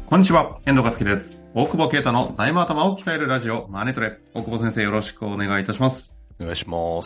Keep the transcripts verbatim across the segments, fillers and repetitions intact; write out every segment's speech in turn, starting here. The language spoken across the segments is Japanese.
こんにちは、遠藤和樹です。大久保啓太の財務頭を鍛えるラジオ、マネトレ。大久保先生よろしくお願いいたします。 お願いします。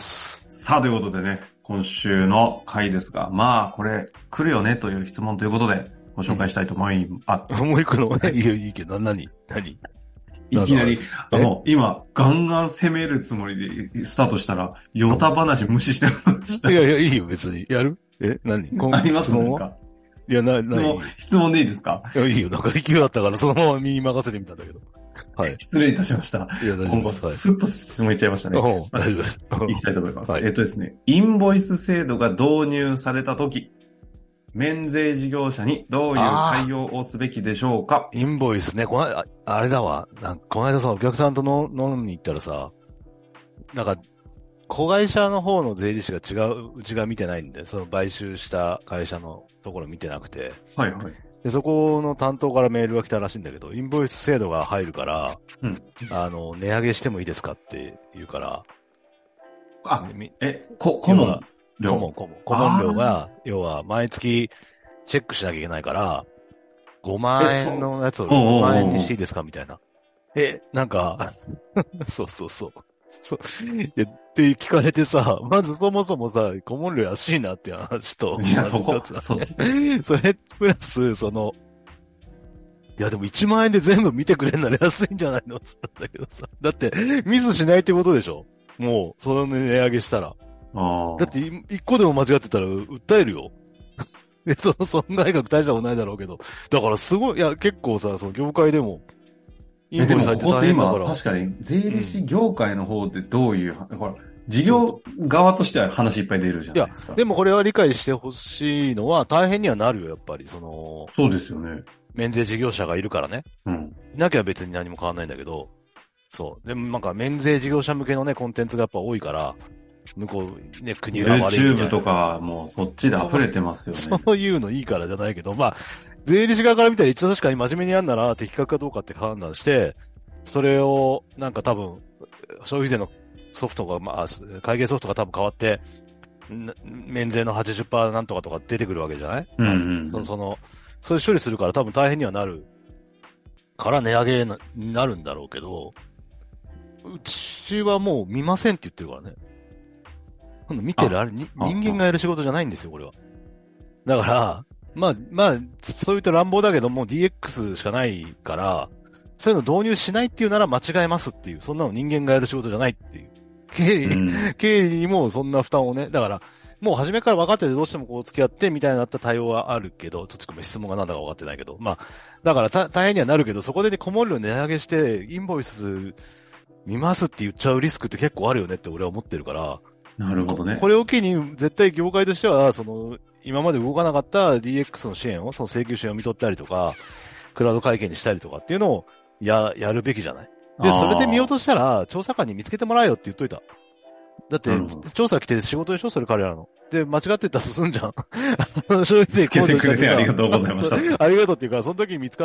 さあ、ということでね、今週の回ですが、まあ、これ、来るよねという質問ということで、ご紹介したいと思います。 うん、もう一個のね、いいよ、いいけど、何何いきなり、あの、今、ガンガン攻めるつもりでスタートしたら、ヨタ話無視してました。 いやいや、いいよ、別に。やるえ何あります質問は？いや、な、なに。質問でいいですか？ いや、いいよ。なんか勢いだったから、そのまま身に任せてみたんだけど。はい。 失礼いたしました。 いや、大丈夫です。 今後、スッと質問いっちゃいましたね。 はい、 まあ、大丈夫。いきたいと思います。 はい、 えっとですね、インボイス制度が導入されたとき、免税事業者にどういう対応をすべきでしょうか？ インボイスね、この間、あれだわ。なんかこの間さ、お客さんとの飲みに行ったらさ、なんか、子会社の方の税理士が違う、うちが見てないんで、その買収した会社のところ見てなくて。 はいはい。 で、そこの担当からメールが来たらしいんだけど、インボイス制度が入るから、 うん。 あの、値上げしてもいいですかって言うから、 あ、え、こ、顧問料顧問、顧問。顧問料が、要は毎月チェックしなきゃいけないから、ごまん円のやつをろくまん円にしていいですかみたいな。え、なんか、そうそうそう。そう。って聞かれてさ、まずそもそもさ、顧問料安いなっていう話と。 いや、そこ、そそれ、プラス、その、いやでもいちまん円で全部見てくれんなら安いんじゃないのつったんだけどさ。だって、ミスしないってことでしょ？もう、その値上げしたら。だって、一個でも間違ってたら訴えるよ。で、その損害額大したことないだろうけど。だからすごい、いや、結構さ、その業界でも、 え、でもここって今、確かに税理士業界の方でどういう、うん、ほら、事業側としては話いっぱい出るじゃないですか。 いや、でもこれは理解してほしいのは大変にはなるよ、やっぱり。その、 そうですよね。 免税事業者がいるからね。 うん。 いなきゃ別に何も変わんないんだけど、そう。でもなんか免税事業者向けのね、コンテンツがやっぱ多いから、向こう、ね、国が悪いみたいな。 YouTube とかもうそっちで溢れてますよね。 そ, そういうのいいからじゃないけど、まあ、税理士側から見たら一応確かに真面目にやるなら的確かどうかって判断して、それを、なんか多分、消費税のソフトが、まあ、会計ソフトが多分変わって、免税の はちじゅっパーセント なんとかとか出てくるわけじゃない？ うんうんうん、 そ, その、そういう処理するから多分大変にはなるから値上げになるんだろうけど、うちはもう見ませんって言ってるからね。見てるあれに、人間がやる仕事じゃないんですよ、これは。だから、まあ、まあ、そういった乱暴だけども ディーエックス しかないから、そういうの導入しないっていうなら間違えますっていう、そんなの人間がやる仕事じゃないっていう。経理、うん、経理にもそんな負担をね、だから、もう初めから分かっててどうしてもこう付き合ってみたいになった対応はあるけど、ちょっと質問がなんだか分かってないけど、まあ、だから大変にはなるけど、そこでね、顧問料値上げして、インボイス見ますって言っちゃうリスクって結構あるよねって俺は思ってるから、 なるほどね。 こ, これを機に、絶対業界としては、その、今まで動かなかった ディーエックス の支援を、その請求書を読み取ったりとか、クラウド会計にしたりとかっていうのを、や、やるべきじゃない？で、それで見落としたら、調査官に見つけてもらえよって言っといた。だって、調査来て仕事でしょそれ彼らの。で、間違ってたらすんじゃん。 消費税控除してくれてありがとうございました。 ありがとうっていうか、その時に見つかって、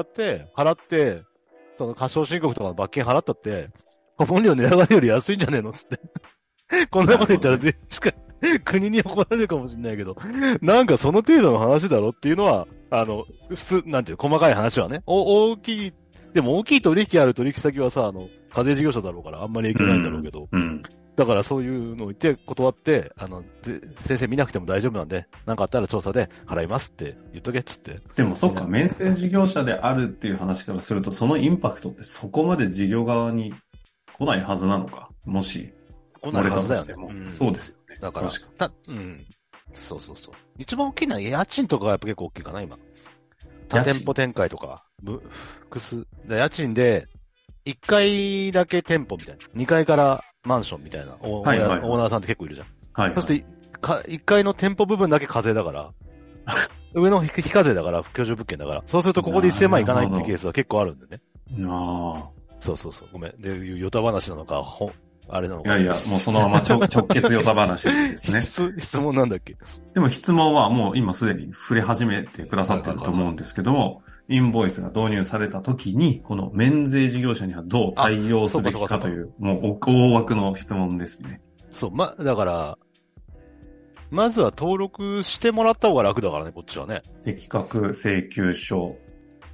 払って、その過少申告とかの罰金払ったって、顧問料値上がりより安いんじゃねえのつって。こんなこと言ったら全然、国に怒られるかもしれないけど、なんかその程度の話だろっていうのは、あの、普通、なんていう、細かい話はね、お大きい、でも大きい取引ある取引先はさ、あの、課税事業者だろうからあんまり影響ないんだろうけど、 うんうん、 だからそういうのを言って断って、あの、先生見なくても大丈夫なんで、なんかあったら調査で払いますって言っとけっつって。 でもそっか、免税事業者であるっていう話からすると、そのインパクトってそこまで事業側に来ないはずなのか、もし。 来ないはずだよね。 うん、そうですよね。 だから、た、うん。そうそうそう。一番大きいのは家賃とかがやっぱ結構大きいかな、今。多店舗展開とか、複数。家賃で、いっかいだけ店舗みたいな。にかいからマンションみたいな。オー、はいはいはい、オーナーさんって結構いるじゃん。はい、はい。そしてか、いっかいの店舗部分だけ課税だから、上の非課税だから、居住物件だから。そうするとここでせんまんいかないってケースは結構あるんでね。 ああ。 そうそうそう。ごめん。で、ヨタ話なのか、ほあれなのか。 いやいや、もうそのまま直結ヨタ話ですね。 質、質問なんだっけ？ でも質問はもう今すでに触れ始めてくださってると思うんですけども、インボイスが導入された時に、この免税事業者にはどう対応すべきかという、もう大枠の質問ですね。 そう、ま、だから、まずは登録してもらった方が楽だからね、こっちはね。 適格請求書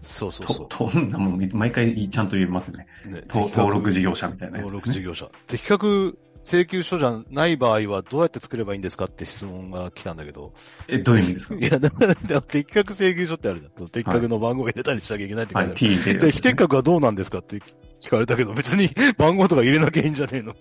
そうそうそう。 と、と、もう毎回ちゃんと言えますね。ね登録事業者みたいなやつですね。 登録事業者。適格請求書じゃない場合はどうやって作ればいいんですかって質問が来たんだけど。 え、どういう意味ですか？ いや、だから、適格請求書ってあるじゃん。適格の番号を入れたりしなきゃいけないって書いてある。はい、はい、T で。非適格はどうなんですかって聞かれたけど、別に番号とか入れなきゃいいんじゃねえのって。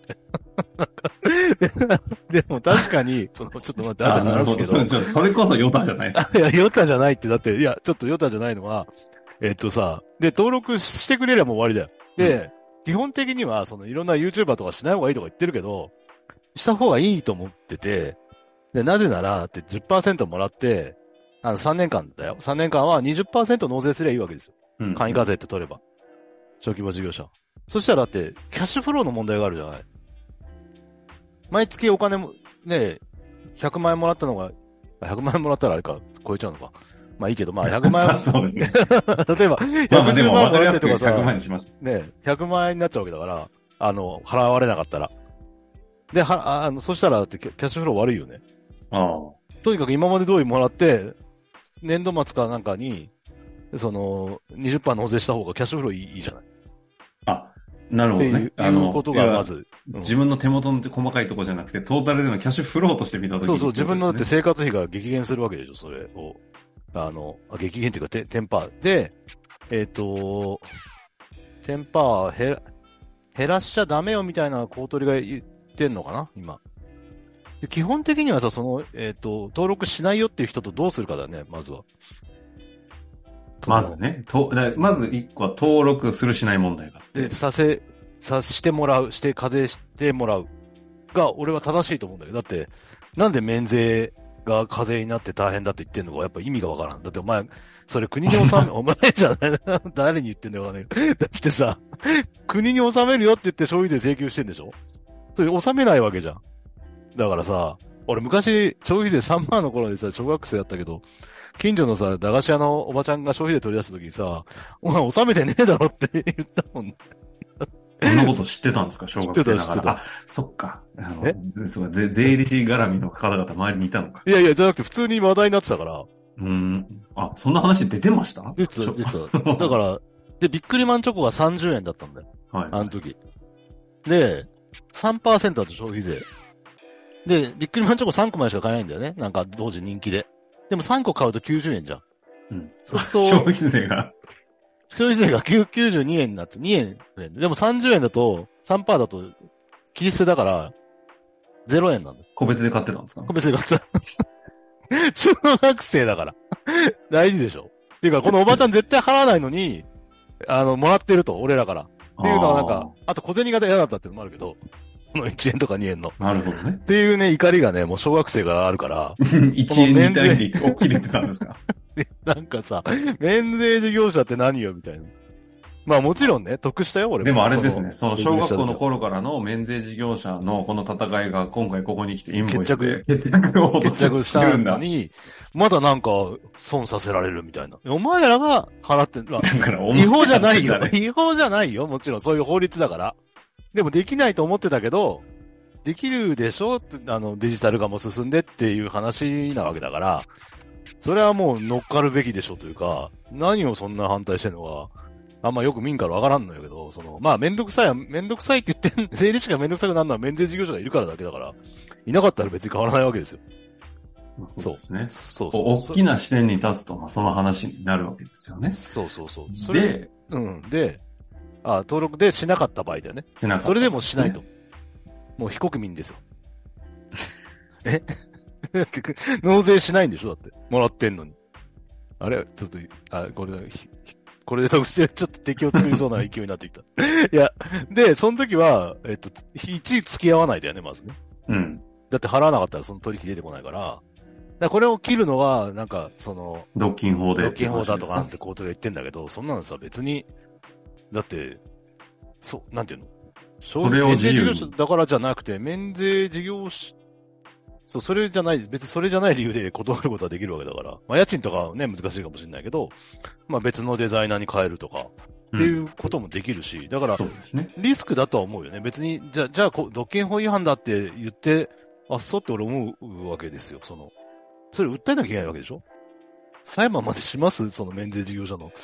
でも確かに、その、ちょっと待って、後で話すけど。 どそれこそヨタじゃないですか。 いや、ヨタじゃないって、だって、いや、ちょっとヨタじゃないのは、えっとさ、で、登録してくれればもう終わりだよ。で、うん、基本的には、その、いろんな YouTuber とかしない方がいいとか言ってるけど、した方がいいと思ってて、で、なぜなら、って じゅっパーセント もらって、あの、さんねんかんだよ。さんねんかんは にじゅっパーセント 納税すればいいわけですよ。うん。簡易課税って取れば。小規模事業者。そしたらだって、キャッシュフローの問題があるじゃない。毎月お金も、ね、ひゃくまんえんもらったのが、ひゃくまんえんもらったらあれか、超えちゃうのか。まあいいけど、まあひゃくまん円。 そうですね。 例えば、ひゃくまんもらってとかさ、 ひゃくまんにしました。 ね、ひゃくまんえんになっちゃうわけだから、あの、払われなかったら。で、は、あの、そしたら、キャッシュフロー悪いよね。 ああ。 とにかく今まで通りもらって、年度末かなんかに、その、にじゅっパーセント 納税した方がキャッシュフローいい、いいじゃない。 あ、なるほどね。 っていうことがまず、 うん。自分の手元の細かいところじゃなくて、トータルでのキャッシュフローとして見たときに、ね。 そうそう、自分のだって生活費が激減するわけでしょ、それを。あの、激減っていうか、テンパー。で、えっ、ー、と、テンパー減ら、減らしちゃダメよみたいな公取が言ってんのかな今。で基本的にはさ、その、えっ、ー、と、登録しないよっていう人とどうするかだね、まずは。 まずね、と、まず一個は登録するしない問題が。 で、させ、さしてもらう、して課税してもらうが、俺は正しいと思うんだけど、だって、なんで免税が課税になって大変だって言ってんのか、やっぱ意味がわからん。だってお前、それ国に納め、お前じゃない、誰に言ってんだよ、わかんない。だってさ、国に納めるよって言って消費税請求してんでしょ？それ納めないわけじゃん。だからさ、俺昔、消費税さんまんの頃でさ、小学生だったけど、近所のさ、駄菓子屋のおばちゃんが消費税取り出した時にさ、お前納めてねえだろって言ったもんね。 そんなこと知ってたんですか、小学生だから。知ってた、知ってた。あ、そっか。あのえそう税理士絡みの方々周りにいたのか。 いやいや、じゃなくて普通に話題になってたから。 うーん。あ、そんな話出てました？ 出てた、出てた。だから、で、ビックリマンチョコがさんじゅうえんだったんだよ。はい、はい。あの時。で、さんパーセントだと消費税。で、ビックリマンチョコさんこまでしか買えないんだよね。なんか当時人気で。でもさんこ買うときゅうじゅうえんじゃん。 うん。 そうすると、 消費税が。 消費税がきゅうじゅうにえんになって、にえん。でもさんじゅうえんだと、さんパーセント だと、切り捨てだから、ゼロえんなんだ。 個別で買ってたんですか？ 個別で買ってた。中学生だから。大事でしょ？っていうか、このおばちゃん絶対払わないのに、あの、もらってると、俺らから。っていうのはなんか、あと小銭が嫌だったっていうのもあるけど、このいちえんとかにえんの。 なるほどね。 っていうね、怒りがね、もう小学生からあるから。 いちえんに対して起きれてたんですか？ なんかさ、免税事業者って何よみたいな。まあもちろんね、得したよ、俺も。 でもあれですね、その小学校の頃からの免税事業者のこの戦いが今回ここに来てインボイスで決着を決着したのに、まだなんか損させられるみたいな。お前らが払ってんだ。違法じゃないよ。違法じゃないよ。もちろんそういう法律だから。でもできないと思ってたけど、できるでしょ？あの、デジタル化も進んでっていう話なわけだから、それはもう乗っかるべきでしょというか、何をそんな反対してんのか、あんまよく見んからわからんのやけど、その、まあめんどくさい、めんどくさいって言って、税理士がめんどくさくなるのは免税事業者がいるからだけだから、いなかったら別に変わらないわけですよ。 まあ、そうですね。 そうそうそう大きな視点に立つと、まあその話になるわけですよね。 そうそうそう。それで、 うん。で、あ、登録でしなかった場合だよね。 しなかった、ね。 それでもしないと。もう非国民ですよ。え納税しないんでしょだって。もらってんのに。あれちょっと、あ、これ、これで得してちょっと敵を作りそうな勢いになってきた。いや、で、その時は、えっと、いち付き合わないだよね、まずね。 うん。 だって払わなかったらその取引出てこないから。だからこれを切るのは、なんか、その、 独禁法で。 独禁法だとかなんてコートが言ってんだけど、そんなのさ、別に、だって、そう、なんていうのそれを自由に。 免税事業者だからじゃなくて、免税事業者、そう、それじゃない、別にそれじゃない理由で断ることはできるわけだから。まあ、家賃とかね、難しいかもしれないけど、まあ別のデザイナーに変えるとか、っていうこともできるし、うん、だから、 ね、 リスクだとは思うよね。別に、じゃ、じゃあ、独禁法違反だって言って、あっそうって俺思うわけですよ。その、それ訴えなきゃいけないわけでしょ？裁判までしますその免税事業者の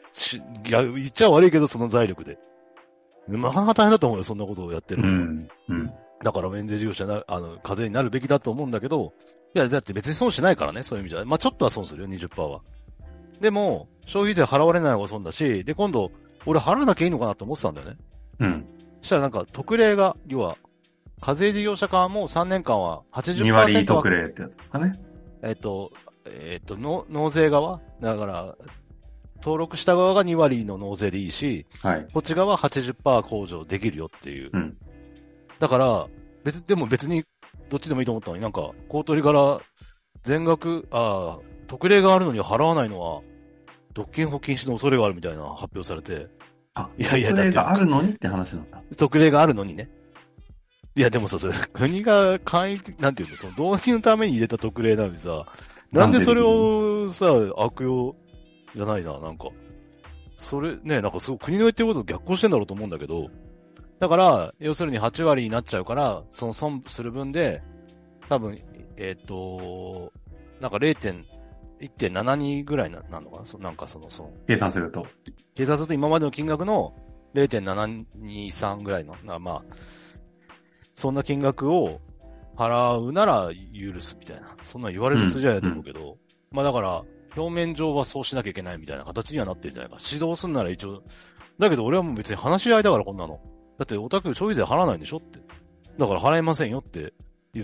し、いや、言っちゃ悪いけど、その財力で。なかなか大変だと思うよ、そんなことをやってる。 うん。うん。 だから免税事業者な、あの、課税になるべきだと思うんだけど、いや、だって別に損しないからね、そういう意味じゃ。まあ、ちょっとは損するよ、にじゅっパーセントは。でも、消費税払われない方が損だし、で、今度、俺払わなきゃいいのかなと思ってたんだよね。 うん。 そしたらなんか、特例が、要は、課税事業者側もさんねんかんははちじゅっにパーセント。 割特例ってやつですかね。 えっと、えっと、納納税側だから、登録した側がに割の納税でいいし、 はい。 こっち側は はちじゅっパーセント 控除できるよっていう。 うん。 だから、別、でも別に、どっちでもいいと思ったのになんか、公取から全額、ああ、特例があるのに払わないのは、独禁法禁止の恐れがあるみたいな発表されて。 あ、 いやいや、 特例があるのにって話なんだ。 特例があるのにね。いや、でもさ、それ、国が簡易、なんていうの、その導入のために入れた特例なのにさ、なんでそれをさ、悪用じゃないな、なんか。それ、ね、なんかすごい国の言ってることと逆行してんだろうと思うんだけど、だから、要するにはち割になっちゃうから、その損する分で、多分、えっ、と、なんか れいてんいってんななに ぐらいな、なんのかなそなんかその、その、 計算すると。 計算すると今までの金額の れいてんななにさん ぐらいの、まあ、そんな金額を払うなら許すみたいな。そんな言われる筋合いだと思うけど、うんうん、まあだから、表面上はそうしなきゃいけないみたいな形にはなってるんじゃないか。指導すんなら一応、だけど俺はもう別に話し合いだからこんなの。だってオタク消費税払わないんでしょって。だから払いませんよって言って、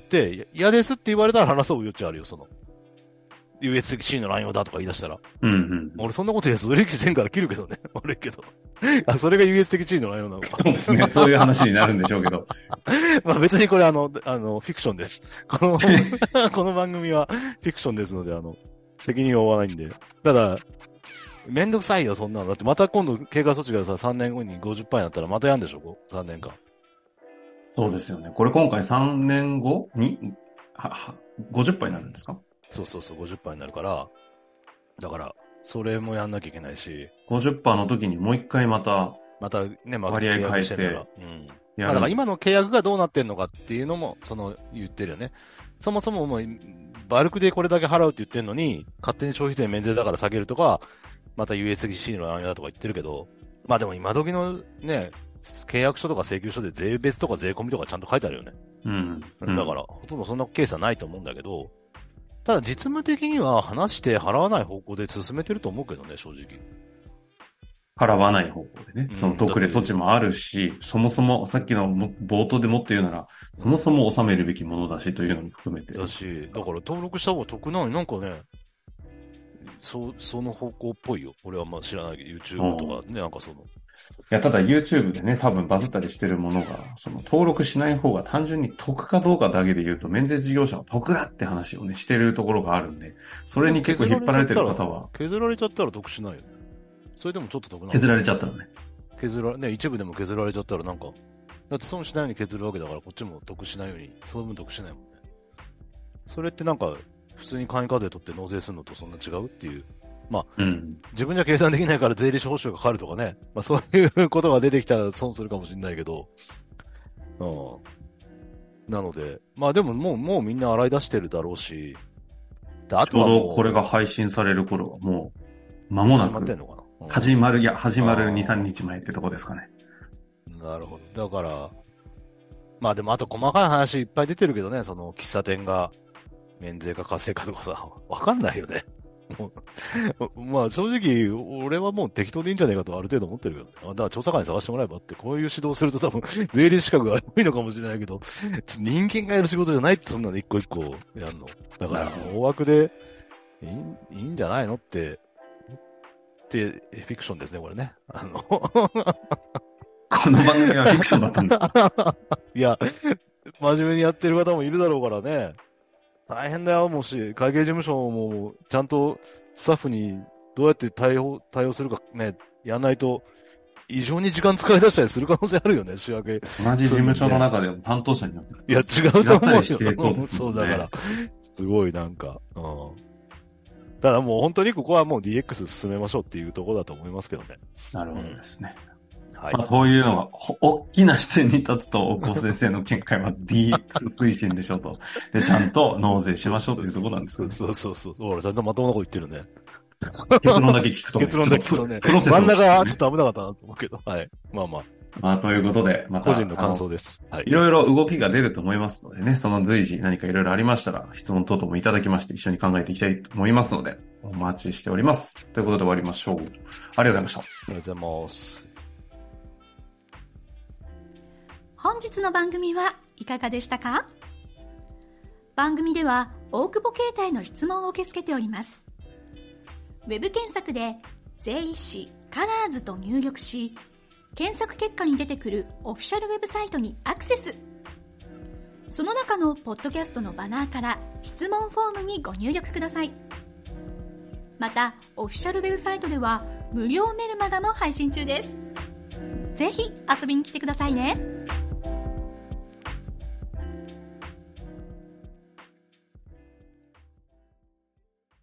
嫌ですって言われたら話そう余地あるよ、その。ユーエスシー 的 の乱用だとか言い出したら。 うんうん。 俺そんなこと言うやつ売れきせんから切るけどね。悪いけど。あ、それが ユーエス 的地位の内容なのか。 そうですね。そういう話になるんでしょうけど。 まあ別にこれあの、あの、フィクションです。この、この番組はフィクションですので、あの、責任は負わないんで。ただ、めんどくさいよ、そんなの。だってまた今度経過措置がさ、さんねんごに ごじゅっパーセント になったらまたやんでしょ ?さんねんかん。 そうですよね。これ今回さんねんごに、は、は、ごじゅっパーセントになるんですか？ そうそうそう、ごじゅっパーセント になるから、だから、それもやんなきゃいけないし。 ごじゅっパーセントの時にもう一回また、 またね、まあ、 割合変えて、 うん。まあ、だから今の契約がどうなってんのかっていうのも、その、言ってるよね。そもそももう、バルクでこれだけ払うって言ってるのに、勝手に消費税免税だから下げるとか、また ユーエスシー の乱用だとか言ってるけど、まあでも今時のね、契約書とか請求書で税別とか税込みとかちゃんと書いてあるよね。 うん。 うん、だから、ほとんどそんなケースはないと思うんだけど、ただ実務的には話して払わない方向で進めてると思うけどね、正直。 払わない方向でね。その特例措置もあるし、うん、そもそもさっきの冒頭でもって言うなら、そもそも納めるべきものだしというのも含めて。 だし、だから登録した方が得なのになんかね、そ、その方向っぽいよ。俺はまあ知らないけど、YouTube とかね、なんかその。 いや、ただ YouTube でね、多分バズったりしてるものが、その登録しない方が単純に得かどうかだけで言うと、免税事業者は得だって話をね、してるところがあるんで、それに結構引っ張られてる方は。 削られちゃったら得しないよね。それでもちょっと得なの。 削られちゃったらね。 削られ、ね、一部でも削られちゃったらなんか、だって損しないように削るわけだから、こっちも得しないように、その分得しないもんね。それってなんか、普通に簡易課税取って納税するのとそんな違うっていう。まあ、 うん、 自分じゃ計算できないから税理士報酬がかかるとかね。まあそういうことが出てきたら損するかもしれないけど。うん。なので、まあでももう、もうみんな洗い出してるだろうし。 であとはもう。ちょうどこれが配信される頃はもう、間もなく。 始まってんのかな、 うん、始まる、いや、始まるに、さんにちまえってとこですかね。 なるほど。だから、まあでもあと細かい話いっぱい出てるけどね、その喫茶店が免税か課税かとかさ、わかんないよね。まあ正直、俺はもう適当でいいんじゃないかとある程度思ってるけどね。だから調査官に探してもらえばって、こういう指導すると多分、税理士資格が多いのかもしれないけど、人間がやる仕事じゃないってそんなの一個一個やるの。だから、大枠でいい、いいんじゃないのって、ってフィクションですね、これね。あのこの番組はフィクションだったんですか？ いや、真面目にやってる方もいるだろうからね。大変だよ、もし、会計事務所も、ちゃんとスタッフにどうやって対応、対応するかね、やんないと、異常に時間使い出したりする可能性あるよね、仕分け、ね。 同じ事務所の中でも担当者によって。 いや、違うと思うよ。 してそうですね。 そうだから、すごいなんか、うん。ただもう本当にここはもう ディーエックス 進めましょうっていうところだと思いますけどね。 なるほどですね。 うん、はい。 まあ、こういうのが、大きな視点に立つと、大久保先生の見解は ディーエックス 推進でしょと。で、ちゃんと納税しましょうというところなんですかね。 そうそうそう。俺、ちゃんとまともなこと言ってるね。 結論だけ聞くと、ね、 結論だけ聞くとね。 プロセス、 真ん中はちょっと危なかったなと思うけど。はい。まあまあ。 まあ、ということで、また。 個人の感想です。はい。 いろいろ動きが出ると思いますのでね、その随時何かいろいろありましたら、質問等々もいただきまして一緒に考えていきたいと思いますので、お待ちしております。ということで終わりましょう。ありがとうございました。 ありがとうございます。 本日の番組はいかがでしたか？番組では大久保携帯の質問を受け付けております。ウェブ検索で税理士カラーズと入力し、検索結果に出てくるオフィシャルウェブサイトにアクセス。その中のポッドキャストのバナーから質問フォームにご入力ください。またオフィシャルウェブサイトでは無料メルマガも配信中です。ぜひ遊びに来てくださいね。